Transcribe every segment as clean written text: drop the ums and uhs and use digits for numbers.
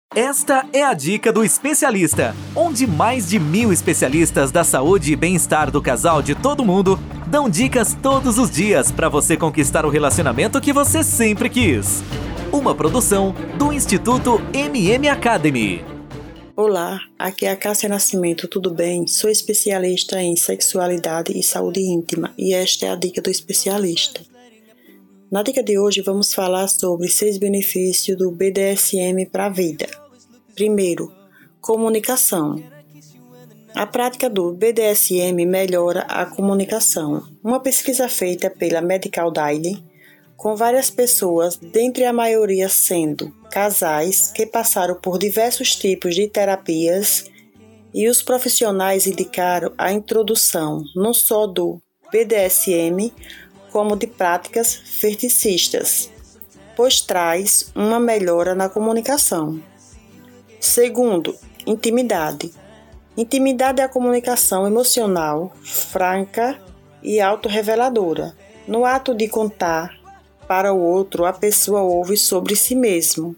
Esta é a Dica do Especialista, onde mais de 1000 especialistas da saúde e bem-estar do casal de todo mundo dão dicas todos os dias para você conquistar o relacionamento que você sempre quis. Uma produção do Instituto MM Academy. Olá, aqui é a Cássia Nascimento, tudo bem? Sou especialista em sexualidade e saúde íntima e esta é a Dica do Especialista. Na dica de hoje vamos falar sobre 6 benefícios do BDSM para a vida. Primeiro, comunicação. A prática do BDSM melhora a comunicação. Uma pesquisa feita pela Medical Daily, com várias pessoas, dentre a maioria sendo casais que passaram por diversos tipos de terapias, e os profissionais indicaram a introdução não só do BDSM, como de práticas feticistas, pois traz uma melhora na comunicação. Segundo, intimidade. Intimidade é a comunicação emocional, franca e autorreveladora. No ato de contar para o outro, a pessoa ouve sobre si mesmo.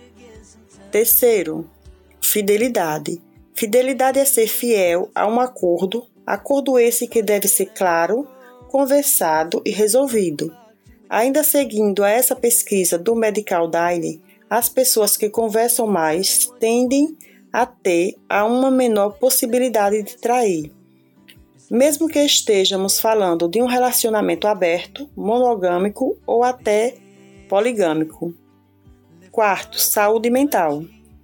Terceiro, fidelidade. Fidelidade é ser fiel a um acordo esse que deve ser claro, conversado e resolvido. Ainda seguindo a essa pesquisa do Medical Daily, as pessoas que conversam mais tendem a ter uma menor possibilidade de trair. Mesmo que estejamos falando de um relacionamento aberto, monogâmico ou até poligâmico. Quarto, saúde mental.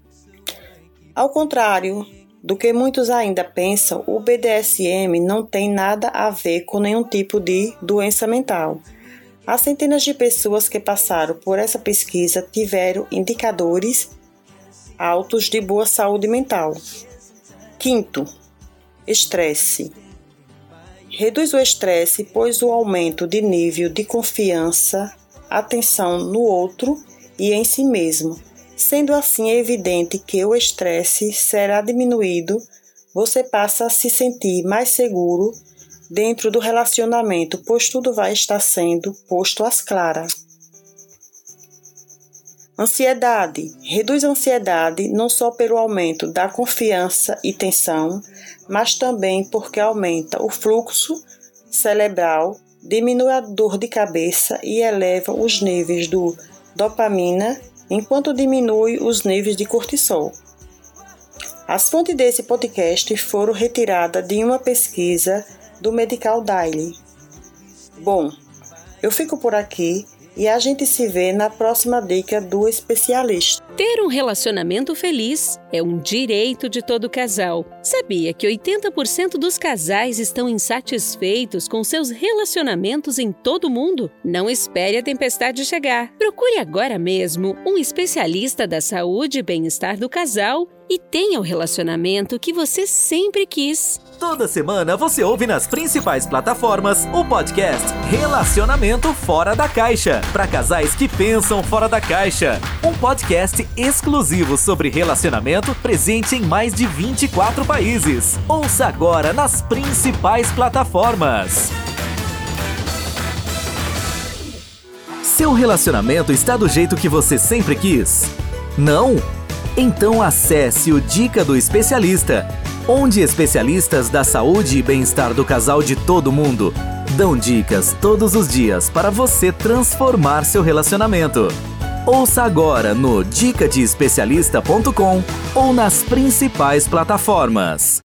Ao contrário do que muitos ainda pensam, o BDSM não tem nada a ver com nenhum tipo de doença mental. As centenas de pessoas que passaram por essa pesquisa tiveram indicadores altos de boa saúde mental. Quinto, estresse. Reduz o estresse, pois o aumento de nível de confiança, atenção no outro e em si mesmo. Sendo assim, é evidente que o estresse será diminuído, você passa a se sentir mais seguro dentro do relacionamento, pois tudo vai estar sendo posto às claras. Ansiedade. Reduz a ansiedade não só pelo aumento da confiança e tensão, mas também porque aumenta o fluxo cerebral, diminui a dor de cabeça e eleva os níveis do dopamina, enquanto diminui os níveis de cortisol. As fontes desse podcast foram retiradas de uma pesquisa do Medical Daily. Bom, eu fico por aqui e a gente se vê na próxima dica do especialista. Ter um relacionamento feliz é um direito de todo casal. Sabia que 80% dos casais estão insatisfeitos com seus relacionamentos em todo o mundo? Não espere a tempestade chegar. Procure agora mesmo um especialista da saúde e bem-estar do casal e tenha o relacionamento que você sempre quis. Toda semana você ouve nas principais plataformas o podcast Relacionamento Fora da Caixa, para casais que pensam fora da caixa. Um podcast exclusivo sobre relacionamento presente em mais de 24 países. Ouça agora nas principais plataformas. Seu relacionamento está do jeito que você sempre quis? Não? Então acesse o Dica do Especialista, onde especialistas da saúde e bem-estar do casal de todo mundo dão dicas todos os dias para você transformar seu relacionamento. Ouça agora no dicadeespecialista.com ou nas principais plataformas.